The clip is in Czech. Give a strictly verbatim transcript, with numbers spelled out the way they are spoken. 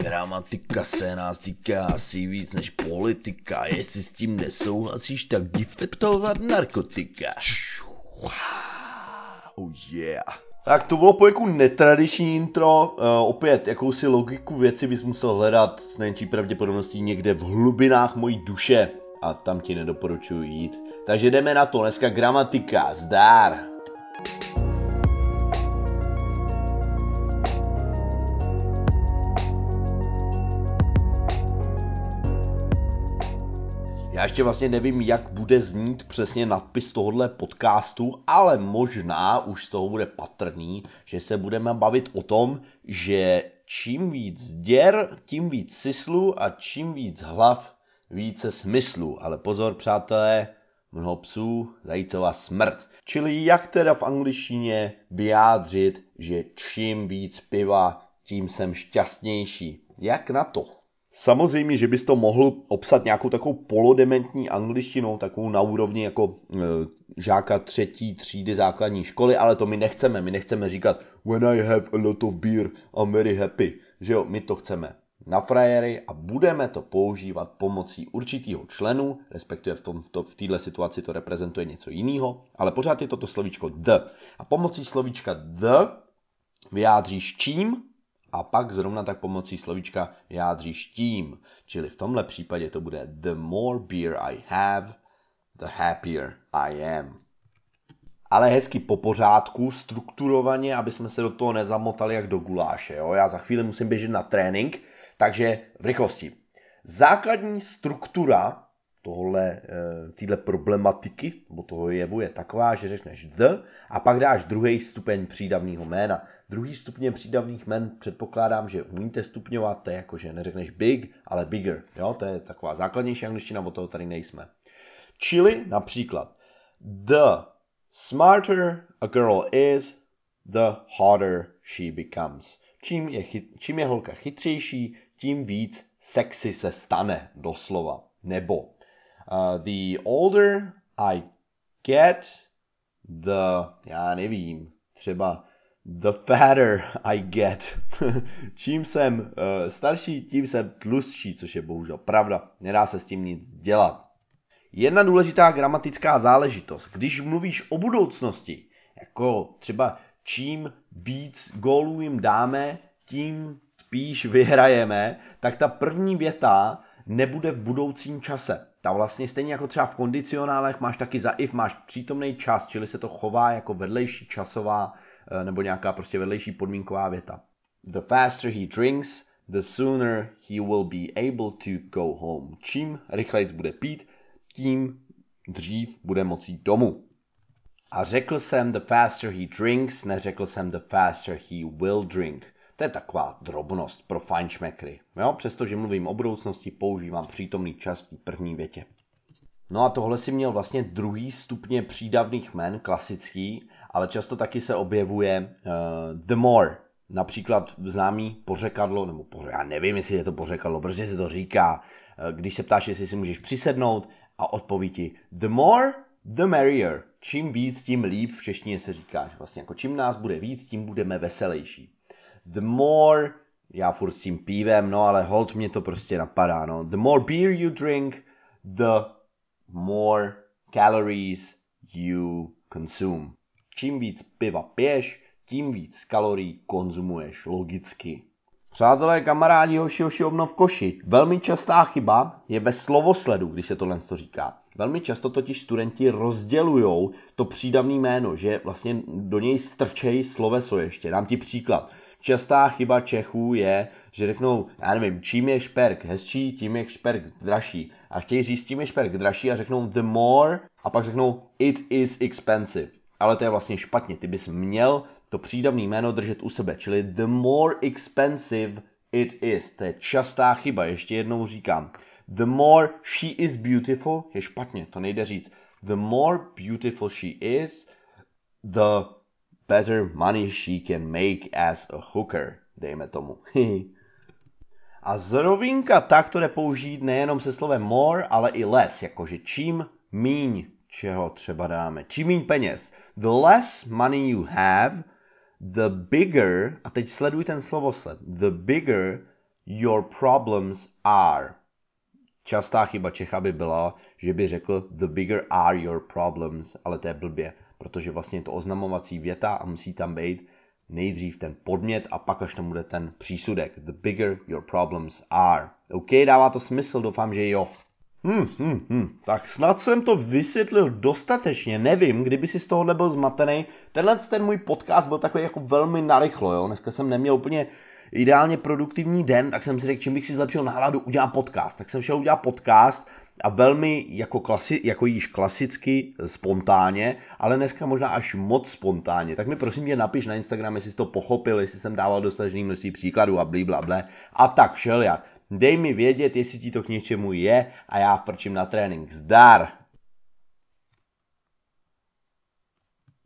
Gramatika se nás týká asi víc než politika. Jestli s tím nesouhlasíš, tak jdi vteptovat narkotika. Oh yeah. Tak to bylo poněkud netradiční intro, uh, opět jakousi logiku věci bys musel hledat s největší pravděpodobností někde v hlubinách mojí duše a tam ti nedoporučuji jít. Takže jdeme na to, dneska gramatika, zdár. Já ještě vlastně nevím, jak bude znít přesně nadpis tohohle podcastu, ale možná už z toho bude patrný, že se budeme bavit o tom, že čím víc děr, tím víc syslu a čím víc hlav, více smyslu. Ale pozor, přátelé, mnoho psů, zajícová smrt. Čili jak teda v angličtině vyjádřit, že čím víc piva, tím jsem šťastnější. Jak na to? Samozřejmě, že bys to mohl obsat nějakou takovou polodementní angličtinou, takovou na úrovni jako e, žáka třetí třídy základní školy, ale to my nechceme. My nechceme říkat when I have a lot of beer, I'm very happy. Že jo, my to chceme na frajery a budeme to používat pomocí určitého členu, respektive v, tomto, v této situaci to reprezentuje něco jiného, ale pořád je to to slovíčko the. A pomocí slovíčka the vyjádříš čím, a pak zrovna tak pomocí slovíčka vyjádříš tím. Čili v tomhle případě to bude the more beer I have, the happier I am. Ale hezky po pořádku, strukturovaně, aby jsme se do toho nezamotali jak do guláše. Jo? Já za chvíli musím běžet na trénink, takže v rychlosti. Základní struktura tohle, téhle problematiky, nebo toho jevu je taková, že řekneš the a pak dáš druhý stupeň přídavného jména. Druhý stupně přídavných jmen předpokládám, že umíte stupňovat, to je jako, že neřekneš big, ale bigger. Jo? To je taková základnější angličtina, od toho tady nejsme. Čili například the smarter a girl is, the hotter she becomes. Čím je, chyt, čím je holka chytřejší, tím víc sexy se stane doslova. Nebo uh, the older I get, the, já nevím, třeba the fatter I get. Čím jsem uh, starší, tím jsem tlustší, což je bohužel pravda. Nedá se s tím nic dělat. Jedna důležitá gramatická záležitost. Když mluvíš o budoucnosti, jako třeba čím víc gólů jim dáme, tím spíš vyhrajeme, tak ta první věta nebude v budoucím čase. Ta vlastně stejně jako třeba v kondicionálech máš taky za if, máš přítomný čas, čili se to chová jako vedlejší časová nebo nějaká prostě vedlejší podmínková věta. The faster he drinks, the sooner he will be able to go home. Čím rychleji bude pít, tím dřív bude moci jít domů. A řekl jsem the faster he drinks, neřekl jsem the faster he will drink. To je taková drobnost pro fajnšmekry. Jo? Přestože mluvím o budoucnosti, používám přítomný čas v té první větě. No a tohle si měl vlastně druhý stupně přídavných jmen, klasický, ale často taky se objevuje uh, the more. Například známý pořekadlo, nebo poře, já nevím, jestli je to pořekadlo, protože se to říká, uh, když se ptáš, jestli si můžeš přisednout a odpoví ti the more, the merrier. Čím víc, tím líp, v češtině se říká, že vlastně jako čím nás bude víc, tím budeme veselější. The more, já furt s tím pívem, no ale hold mě to prostě napadá, no. The more beer you drink, the more calories you consume. Čím víc piva piješ, tím víc kalorií konzumuješ, logicky. Přátelé, kamarádi, hoši, hoši, obnov koši. Velmi častá chyba je ve slovosledu, když se tohle říká. Velmi často totiž studenti rozdělujou to přídavné jméno, že vlastně do něj strčejí sloveso ještě. Dám ti příklad. Častá chyba Čechů je, že řeknou, já nevím, čím je šperk hezčí, tím je šperk dražší. A chtějí říct, tím je šperk dražší a řeknou the more a pak řeknou it is expensive. Ale to je vlastně špatně, ty bys měl to přídavné jméno držet u sebe, čili the more expensive it is. To je častá chyba, ještě jednou říkám. The more she is beautiful je špatně, to nejde říct. The more beautiful she is, the better money she can make as a hooker, dejme tomu. A zrovínka tak to jde použít nejenom se slovem more, ale i less, jakože čím míň, čeho třeba dáme. Čím míň peněz. The less money you have, the bigger, a teď sleduj ten slovosled, the bigger your problems are. Častá chyba Čecha by byla, že by řekl the bigger are your problems, ale to je blbě, protože vlastně je to oznamovací věta a musí tam být nejdřív ten podmět a pak až tam bude ten přísudek. The bigger your problems are. OK, dává to smysl, doufám, že jo. Hmm, hmm, hmm. Tak snad jsem to vysvětlil dostatečně, nevím, kdyby si z tohohle byl zmatený. Tenhle ten můj podcast byl takový jako velmi narychlo, jo. Dneska jsem neměl úplně ideálně produktivní den, tak jsem si řekl, čím bych si zlepšil náladu, udělám podcast. Tak jsem šel udělat podcast a velmi jako, klasi, jako již klasicky spontánně, ale dneska možná až moc spontánně. Tak mi prosím mě napiš na Instagram, jestli jsi to pochopil, jestli jsem dával dostatečné množství příkladů a blablabla. A tak všelijak. Dej mi vědět, jestli ti to k něčemu je a já frčím na trénink. Zdar!